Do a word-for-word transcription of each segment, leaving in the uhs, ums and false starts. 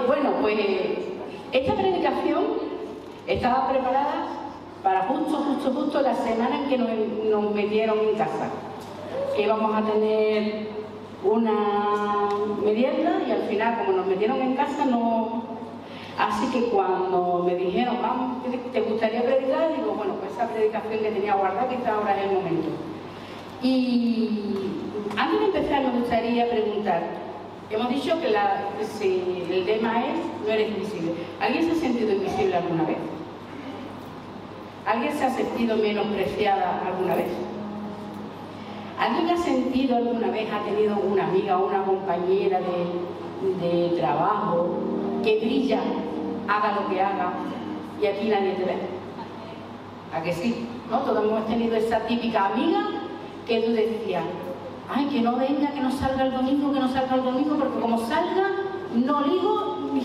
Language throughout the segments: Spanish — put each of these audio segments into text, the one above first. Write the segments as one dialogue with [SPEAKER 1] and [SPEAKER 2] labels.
[SPEAKER 1] Bueno, pues esta predicación estaba preparada para justo, justo, justo la semana en que nos, nos metieron en casa. Que íbamos a tener una merienda y al final, como nos metieron en casa, no... Así que cuando me dijeron, vamos, ¿te gustaría predicar? Digo, bueno, pues esa predicación que tenía guardada, quizá ahora es el momento. Y antes de empezar me gustaría preguntar, hemos dicho que la, si el lema es, no eres invisible. ¿Alguien se ha sentido invisible alguna vez? ¿Alguien se ha sentido menospreciada alguna vez? ¿Alguien ha sentido alguna vez, ha tenido una amiga o una compañera de, de trabajo que brilla, haga lo que haga, y aquí nadie te ve? ¿A que sí? ¿No? Todos hemos tenido esa típica amiga que tú decías, ay, que no venga, que no salga el domingo, que no salga el domingo, porque como salga, no ligo ni...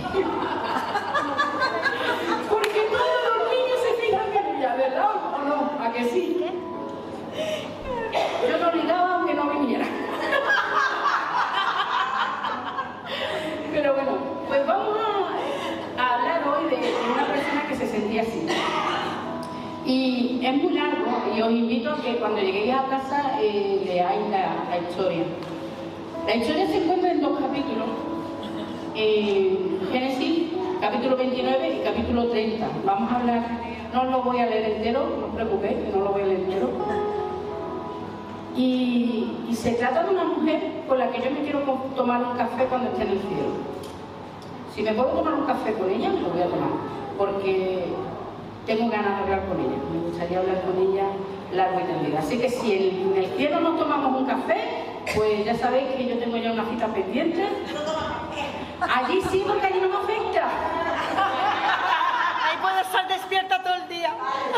[SPEAKER 1] Porque todos los niños se fijan en ella, ¿verdad o no? ¿A que sí? Yo no ligaba aunque no viniera. Pero bueno, pues vamos a, a hablar hoy de, de una persona que se sentía así. Y es muy largo y os invito a que cuando lleguéis a casa eh, leáis la, la historia. La historia se encuentra en dos capítulos. En Génesis, capítulo veintinueve y capítulo treinta. Vamos a hablar, no lo voy a leer entero, no os preocupéis, que no lo voy a leer entero. Y, y se trata de una mujer con la que yo me quiero tomar un café cuando esté en el cielo. Si me puedo tomar un café con ella, me lo voy a tomar, porque tengo ganas de hablar con ella. Me gustaría hablar con ella largo y tendido. Así que si en el cielo nos tomamos un café, pues ya sabéis que yo tengo ya una cita pendiente. Allí sí, porque allí no me afecta.
[SPEAKER 2] Ahí puedo estar despierta todo el día.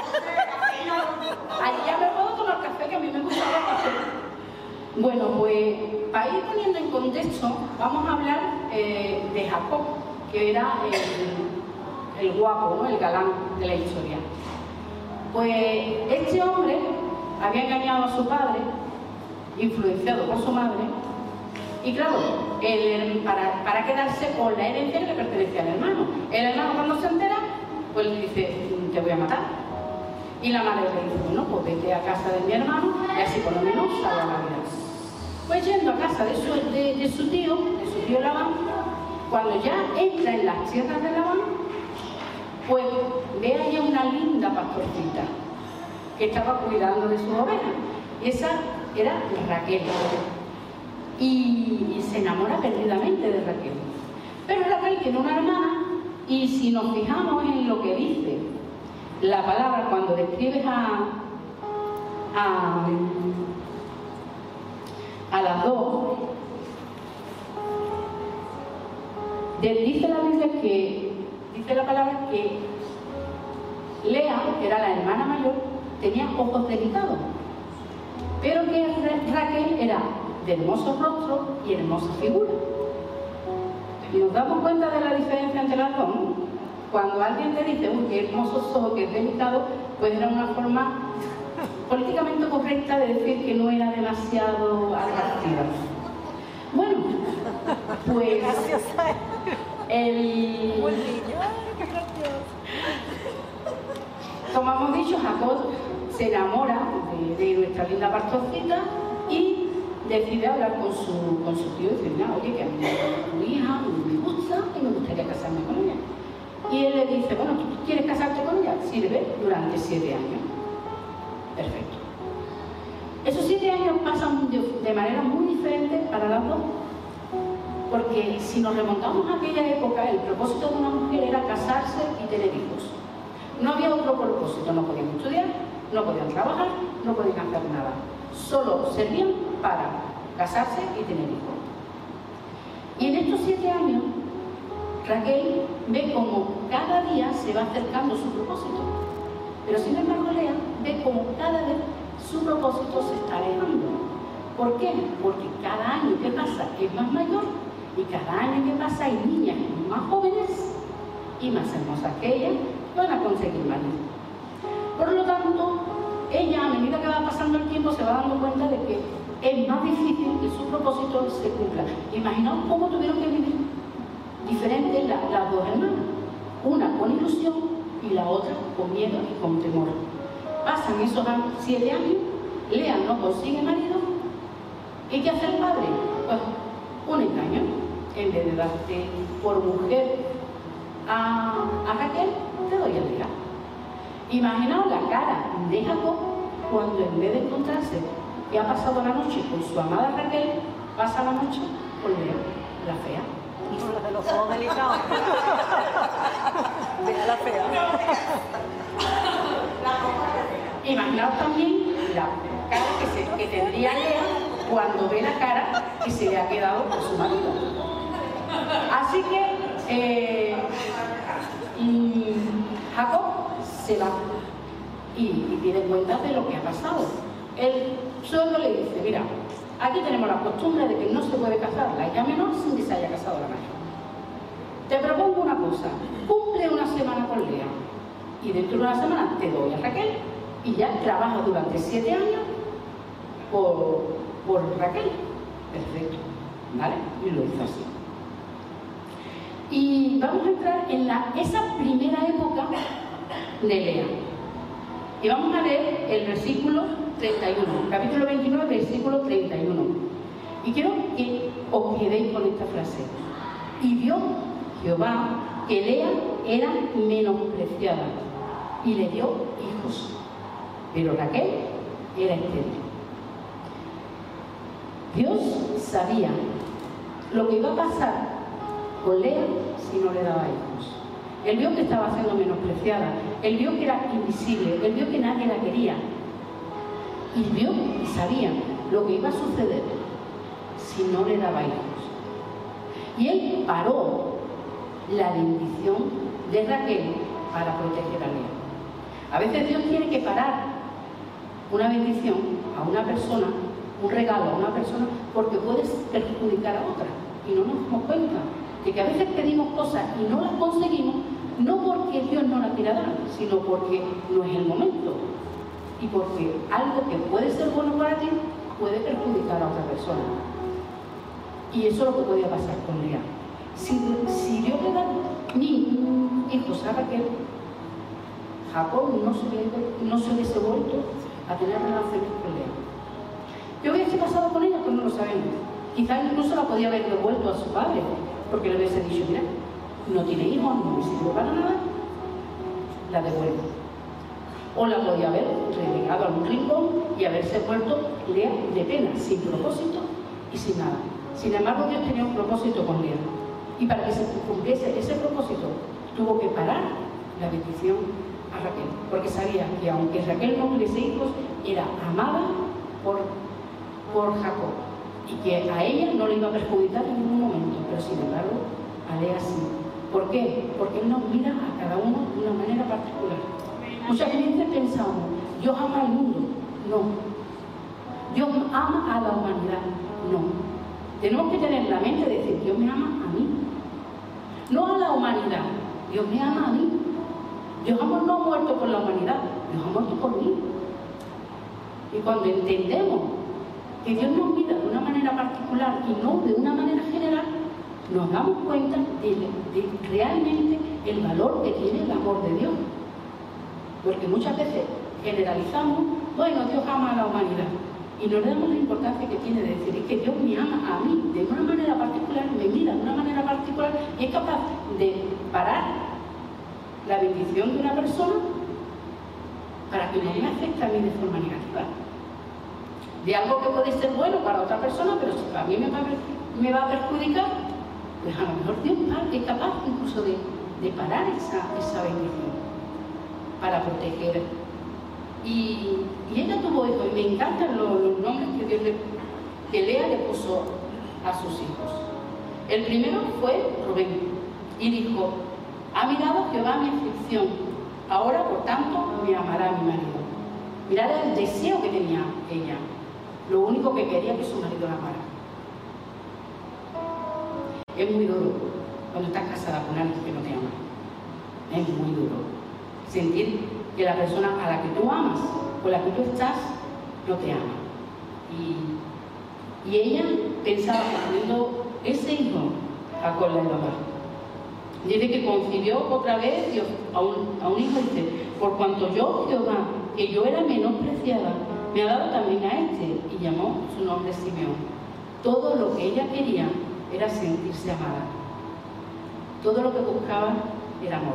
[SPEAKER 1] Allí ya me puedo tomar café, que a mí me gusta el café. Bueno, pues para ir poniendo en contexto, vamos a hablar eh, de Jacob, que era el, el guapo, ¿no? El galán de la historia. Pues este hombre había engañado a su padre, influenciado por su madre, y claro, el, para, para quedarse con la herencia que le pertenecía al hermano. El hermano, cuando se entera, pues le dice, te voy a matar. Y la madre le dice, bueno, pues vete a casa de mi hermano y así por lo menos salva la vida. Pues yendo a casa de su, de, de su tío, de su tío Labán, cuando ya entra en las tierras de Labán, pues ve allí una linda pastorcita que estaba cuidando de su oveja. Y esa era Raquel. Y, y se enamora perdidamente de Raquel. Pero Raquel tiene una hermana, y si nos fijamos en lo que dice la palabra cuando describes a, a, a las dos, dice la Biblia que, dice la palabra que Lea, que era la hermana mayor, tenía ojos delicados, pero que Raquel era de hermoso rostro y hermosa figura. Y nos damos cuenta de la diferencia entre las dos, ¿no? Cuando alguien te dice, uy, qué hermosos ojos, que es delicado, pues era una forma políticamente correcta de decir que no era demasiado atractiva. Bueno, pues el... Como hemos dicho, Jacob se enamora de, de nuestra linda pastorcita y decide hablar con su, con su tío y decirle, oye, que a mí tu hija me gusta y me gustaría casarme con ella. Y él le dice, bueno, ¿tú quieres casarte con ella? Sirve durante siete años. Perfecto. Esos siete años pasan de, de manera muy diferente para las dos, porque si nos remontamos a aquella época, el propósito de una mujer era casarse y tener hijos. No había otro propósito, no podían estudiar, no podían trabajar, no podían hacer nada. Solo servían para casarse y tener hijos. Y en estos siete años, Raquel ve como cada día se va acercando su propósito. Pero sin embargo, Lea ve como cada vez su propósito se está alejando. ¿Por qué? Porque cada año que pasa es más mayor y cada año que pasa hay niñas más jóvenes y más hermosas que ella van a conseguir marido. Por lo tanto, ella, a medida que va pasando el tiempo, se va dando cuenta de que es más difícil que su propósito se cumpla. Imaginaos cómo tuvieron que vivir diferentes la, las dos hermanas, una con ilusión y la otra con miedo y con temor. Pasan esos siete años, Lea no consigue marido, ¿y qué hace el padre? Pues un engaño. En vez de darte por mujer a, a Raquel, te doy a Lea. Imaginaos la cara de Jacob cuando en vez de encontrarse que ha pasado la noche con su amada Raquel, pasa la noche con Lea, la fea.
[SPEAKER 2] De los ojos delicados. Mira la fea.
[SPEAKER 1] Imaginaos también la cara que, se, que tendría Lea cuando ve la cara que se le ha quedado con su marido. Así que eh, Jacob se va y, y tiene cuenta de lo que ha pasado. El suegro le dice, mira, aquí tenemos la costumbre de que no se puede casar la hija menor sin que se haya casado la mayor. Te propongo una cosa, cumple una semana con Lea y dentro de una semana te doy a Raquel y ya trabajas durante siete años por, por Raquel. Perfecto, ¿vale? Y lo hizo así. Y vamos a entrar en la, esa primera época de Lea. Y vamos a leer el versículo treinta y uno, capítulo veintinueve, versículo treinta y uno. Y quiero que os quedéis con esta frase. Y vio Jehová que Lea era menospreciada y le dio hijos, pero Raquel era estéril. Dios sabía lo que iba a pasar con Lea si no le daba hijos. Él vio que estaba siendo menospreciada, él vio que era invisible, él vio que nadie la quería. Y vio y sabía lo que iba a suceder si no le daba hijos. Y él paró la bendición de Raquel para proteger a Lea. A veces Dios tiene que parar una bendición a una persona, un regalo a una persona, porque puedes perjudicar a otra. Y no nos damos cuenta de que a veces pedimos cosas y no las conseguimos, no porque Dios no las quiera dar, sino porque no es el momento. Y porque algo que puede ser bueno para ti puede perjudicar a otra persona. Y eso es lo que podía pasar con Lea. Si, si Dios le da ni hijos a Raquel, Jacob no se, hubiese, no se hubiese vuelto a tener relaciones con Lea. ¿Qué hubiese pasado con ella? Pues no lo sabemos. Quizás incluso la podía haber devuelto a su padre, porque le hubiese dicho, mira, no tiene hijos, no me sirve para nada, la devuelvo. O la podía haber relegado a un rincón y haberse vuelto Lea de pena, sin propósito y sin nada. Sin embargo, Dios tenía un propósito con Lea. Y para que se cumpliese ese propósito, tuvo que parar la bendición a Raquel. Porque sabía que aunque Raquel no tuviese hijos, era amada por, por Jacob. Y que a ella no le iba a perjudicar en ningún momento. Pero sin embargo, a Lea sí. ¿Por qué? Porque Él nos mira a cada uno de una manera particular. Muchas veces pensamos, Dios ama al mundo. No. Dios ama a la humanidad. No. Tenemos que tener la mente de decir, Dios me ama a mí. No a la humanidad. Dios me ama a mí. Dios no ha muerto por la humanidad. Dios ha muerto por mí. Y cuando entendemos que Dios nos mira de una manera particular y no de una manera general, nos damos cuenta de, de realmente el valor que tiene el amor de Dios. Porque muchas veces generalizamos, bueno, Dios ama a la humanidad, y no le damos la importancia que tiene de decir, es que Dios me ama a mí de una manera particular, me mira de una manera particular y es capaz de parar la bendición de una persona para que no me afecte a mí de forma negativa. De algo que puede ser bueno para otra persona, pero si a mí me va a, me va a perjudicar, pues a lo mejor Dios es capaz incluso de, de parar esa, esa bendición para proteger. Y, y ella tuvo hijos, y me encantan los, los nombres que Dios le, que Lea le puso a sus hijos. El primero fue Rubén, y dijo, ha mirado Jehová mi aflicción, ahora por tanto me amará mi marido. Mirad el deseo que tenía ella. Lo único que quería que su marido la amara. Es muy duro cuando estás casada con alguien que no te ama. Es muy duro sentir que la persona a la que tú amas, con la que tú estás, no te ama. Y, y ella pensaba que teniendo ese hijo, Jacob la iba a amar. Dice que concibió otra vez Dios a un, a un hijo, dice, por cuanto yo, Jehová, que yo era menospreciada, me ha dado también a este, y llamó su nombre Simeón. Todo lo que ella quería era sentirse amada. Todo lo que buscaba era amor.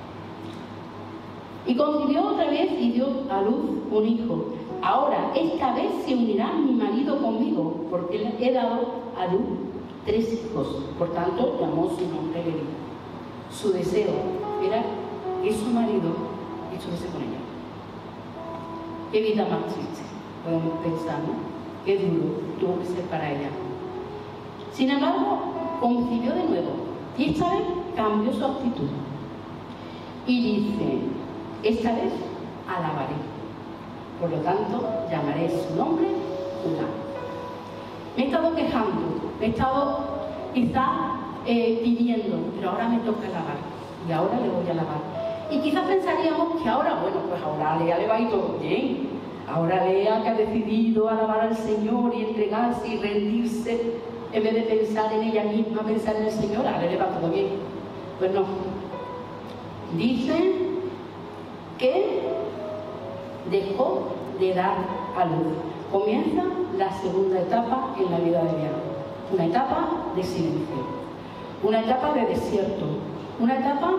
[SPEAKER 1] Y concibió otra vez y dio a luz un hijo. Ahora, esta vez se unirá mi marido conmigo, porque le he dado a luz tres hijos. Por tanto, llamó su nombre Leví. Su deseo era que su marido estuviese con ella. Qué vida más triste, podemos pensar, ¿no? Qué duro tuvo que ser para ella. Sin embargo, concibió de nuevo y esta vez cambió su actitud. Y dice, esta vez alabaré. Por lo tanto, llamaré su nombre Judá. Me he estado quejando, me he estado quizás eh, pidiendo, pero ahora me toca alabar. Y ahora le voy a alabar. Y quizás pensaríamos que ahora, bueno, pues ahora a Lea le va a ir todo bien. Ahora Lea, que ha decidido alabar al Señor y entregarse y rendirse, en vez de pensar en ella misma, pensar en el Señor, a Lea le va todo bien. Pues no. Dice que dejó de dar a luz. Comienza la segunda etapa en la vida de Lea. Una etapa de silencio. Una etapa de desierto. Una etapa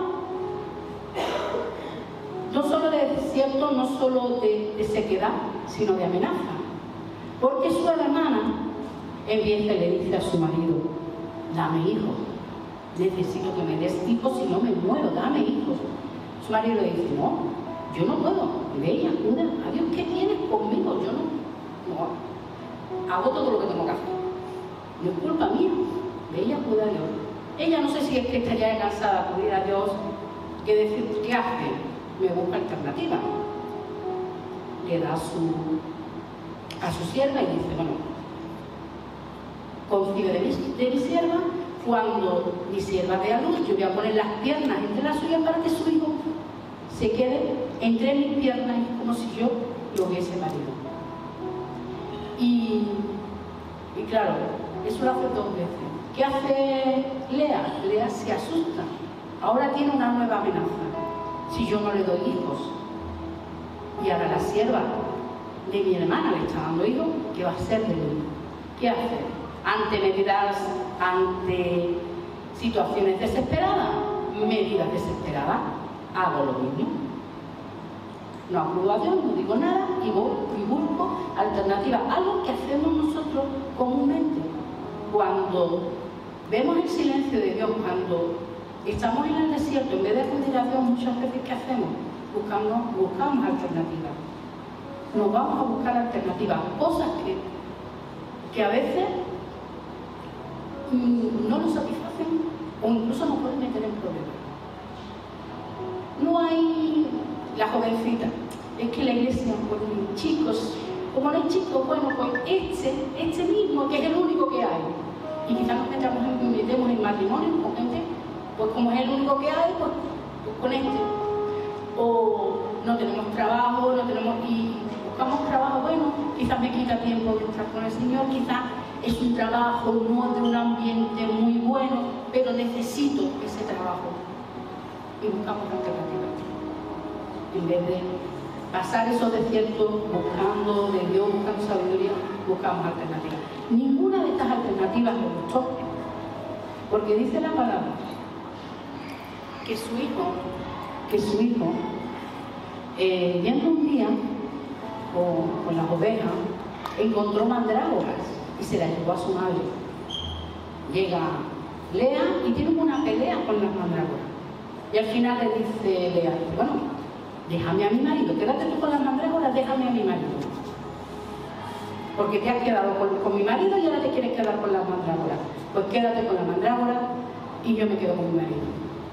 [SPEAKER 1] no solo de desierto, no solo de, de sequedad, sino de amenaza. Porque su hermana empieza y le dice a su marido, dame hijos, necesito que me des hijos, si no me muero, dame hijos. Su marido le dice, no, yo no puedo, ve y acuda a Dios, ¿qué tienes conmigo? Yo no, no, hago todo lo que tengo que hacer, no es culpa mía, ve y acuda a Dios. Ella no sé si es que estaría cansada de acudir a Dios, que decir, ¿qué hace? Me busca alternativa. Le da su, a su sierva y dice, bueno, confío de mi, de mi sierva, cuando mi sierva dé a luz, yo voy a poner las piernas entre las suyas para que su hijo se quede entre mis piernas, como si yo lo hubiese parido. Y, y claro, eso lo hace dos veces. ¿Qué hace Lea? Lea se asusta. Ahora tiene una nueva amenaza. Si yo no le doy hijos, y ahora la sierva de mi hermana le está dando hijos, ¿qué va a hacer de él? ¿Qué hace? Ante medidas, ante situaciones desesperadas, medidas desesperadas, hago lo mismo. No acudo a Dios, no digo nada y, voy, y busco alternativas. Algo que hacemos nosotros comúnmente. Cuando vemos el silencio de Dios, cuando estamos en el desierto, en vez de acudir a Dios, muchas veces, ¿qué hacemos? Buscamos, buscamos alternativas. Nos vamos a buscar alternativas, cosas que, que a veces mmm, no nos satisfacen o incluso nos pueden meter en problemas. No hay la jovencita, es que la iglesia, pues chicos, como no hay chicos, bueno, pues este, este mismo, que es el único que hay. Y quizás nos metamos en, metemos en matrimonio con gente, pues como es el único que hay, pues, pues con este. O no tenemos trabajo, no tenemos, y buscamos trabajo, bueno, quizás me quita tiempo de estar con el Señor, quizás es un trabajo no de un ambiente muy bueno, pero necesito ese trabajo. Y buscamos alternativas. En vez de pasar esos desiertos buscando de Dios, buscando sabiduría, buscamos alternativas. Ninguna de estas alternativas me gustó, porque dice la palabra que su hijo, que su hijo, eh, viendo un día con, con las ovejas, encontró mandrágoras y se las llevó a su madre. Llega Lea y tiene una pelea con las mandrágoras. Y al final le dice Lea, bueno, déjame a mi marido, quédate tú con las mandrágoras, déjame a mi marido. Porque te has quedado con, con mi marido y ahora te quieres quedar con las mandrágoras. Pues quédate con las mandrágoras y yo me quedo con mi marido.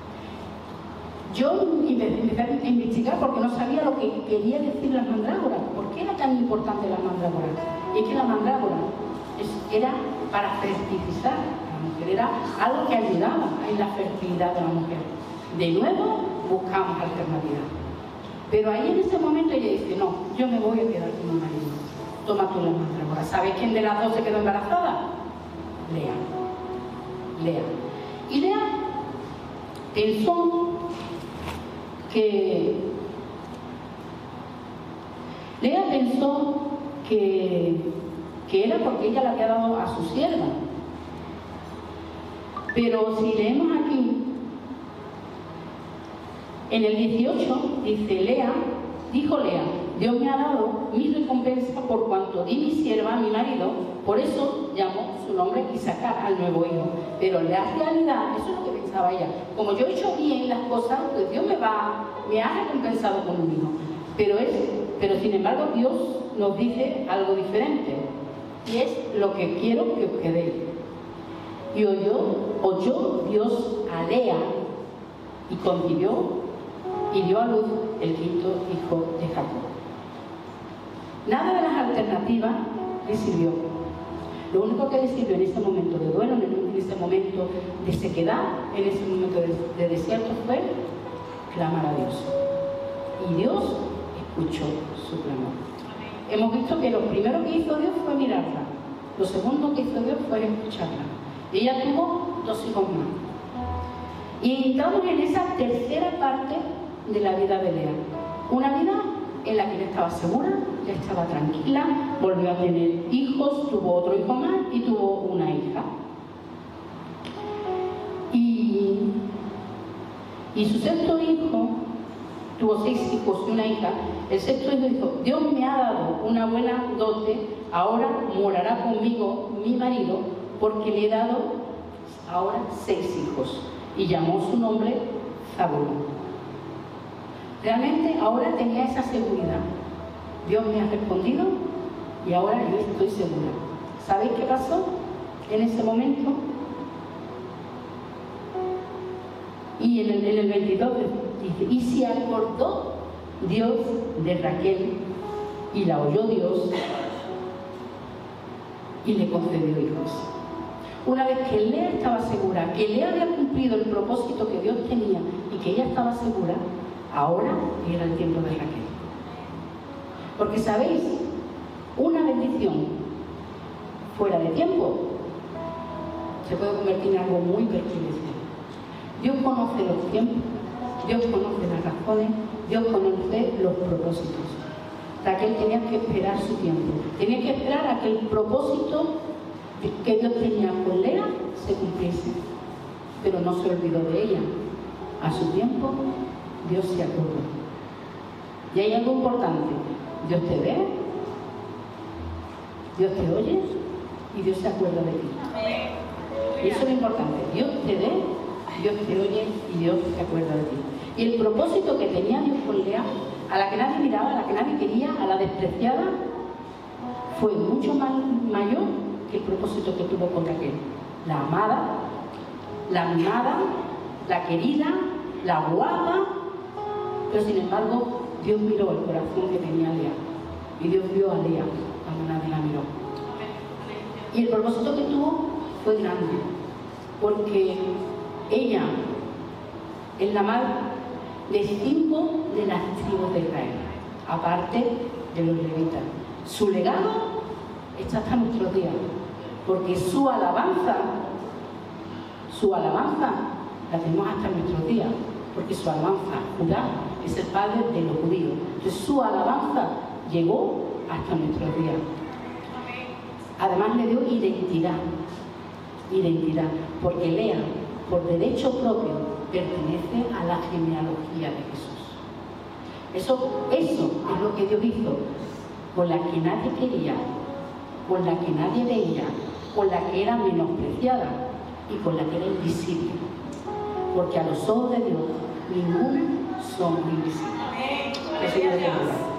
[SPEAKER 1] Yo empecé a investigar porque no sabía lo que quería decir las mandrágoras. ¿Por qué era tan importante las mandrágoras? Y es que la mandrágora era para fertilizar a la mujer, era algo que ayudaba en la fertilidad de la mujer. De nuevo, buscamos alternativas. Pero ahí en ese momento ella dice, no, yo me voy a quedar con mi marido. Toma tú las mandrágoras. ¿Sabes quién de las dos se quedó embarazada? Lea. Lea. Y Lea pensó que Lea pensó que, que era porque ella le había dado a su sierva. Pero si leemos aquí, en el dieciocho, dice Lea, dijo Lea, Dios me ha dado mi recompensa por cuanto di mi sierva a mi marido, por eso llamó su nombre Isacar al nuevo hijo. Pero la realidad, eso es lo que pensaba ella, como yo he hecho bien las cosas, pues Dios me va, me ha recompensado con un hijo. Pero, es, pero sin embargo Dios nos dice algo diferente, y es lo que quiero que os quedéis. Y oyó, oyó Dios a Lea y concibió y dio a luz el quinto hijo de Jacob. Nada de las alternativas le sirvió. Lo único que le sirvió en ese momento de duelo, en ese momento de sequedad, en ese momento de, de desierto, fue clamar a Dios. Y Dios escuchó su clamor. Hemos visto que lo primero que hizo Dios fue mirarla. Lo segundo que hizo Dios fue escucharla. Y ella tuvo dos hijos más. Y entramos en esa tercera parte de la vida de Lea. Una vida en la que ella estaba segura, ya estaba tranquila, volvió a tener hijos, tuvo otro hijo más y tuvo una hija. Y, y su sexto hijo, tuvo seis hijos y una hija. El sexto hijo dijo, Dios me ha dado una buena dote, ahora morará conmigo mi marido, porque le he dado ahora seis hijos. Y llamó su nombre Zabulón. Realmente ahora tenía esa seguridad. Dios me ha respondido y ahora yo estoy segura. ¿Sabéis qué pasó en ese momento? Y en el, en el veintidós dice, y se acordó Dios de Raquel y la oyó Dios y le concedió hijos. Una vez que Lea estaba segura, que Lea había cumplido el propósito que Dios tenía y que ella estaba segura, ahora era el tiempo de Raquel. Porque sabéis, una bendición fuera de tiempo se puede convertir en algo muy perjudicial. Dios conoce los tiempos, Dios conoce las razones, Dios conoce los propósitos. Raquel tenía que esperar su tiempo, tenía que esperar a que el propósito que Dios tenía con Lea se cumpliese, pero no se olvidó de ella. A su tiempo Dios se acordó. Y hay algo importante, Dios te ve, Dios te oye y Dios se acuerda de ti. Y eso es lo importante, Dios te ve, Dios te oye y Dios se acuerda de ti. Y el propósito que tenía Dios con Lea, a la que nadie miraba, a la que nadie quería, a la despreciada, fue mucho más mayor que el propósito que tuvo con Raquel. La amada, la mimada, la querida, la guapa, pero sin embargo Dios miró el corazón que tenía Lea y Dios vio a Lea cuando nadie la miró. Y el propósito que tuvo fue grande, porque ella es la madre de cinco de las tribus de Israel, aparte de los levitas. Su legado está hasta nuestros días, porque su alabanza, su alabanza la tenemos hasta nuestros días, porque su alabanza, Judá, es el padre de los judíos. Entonces su alabanza llegó hasta nuestros días. Además le dio identidad, identidad, porque Lea, por derecho propio, pertenece a la genealogía de Jesús. Eso, eso es lo que Dios hizo, con la que nadie quería, con la que nadie veía, con la que era menospreciada y con la que era invisible. Porque a los ojos de Dios, ninguno son invisibles. Que el Señor te bendiga.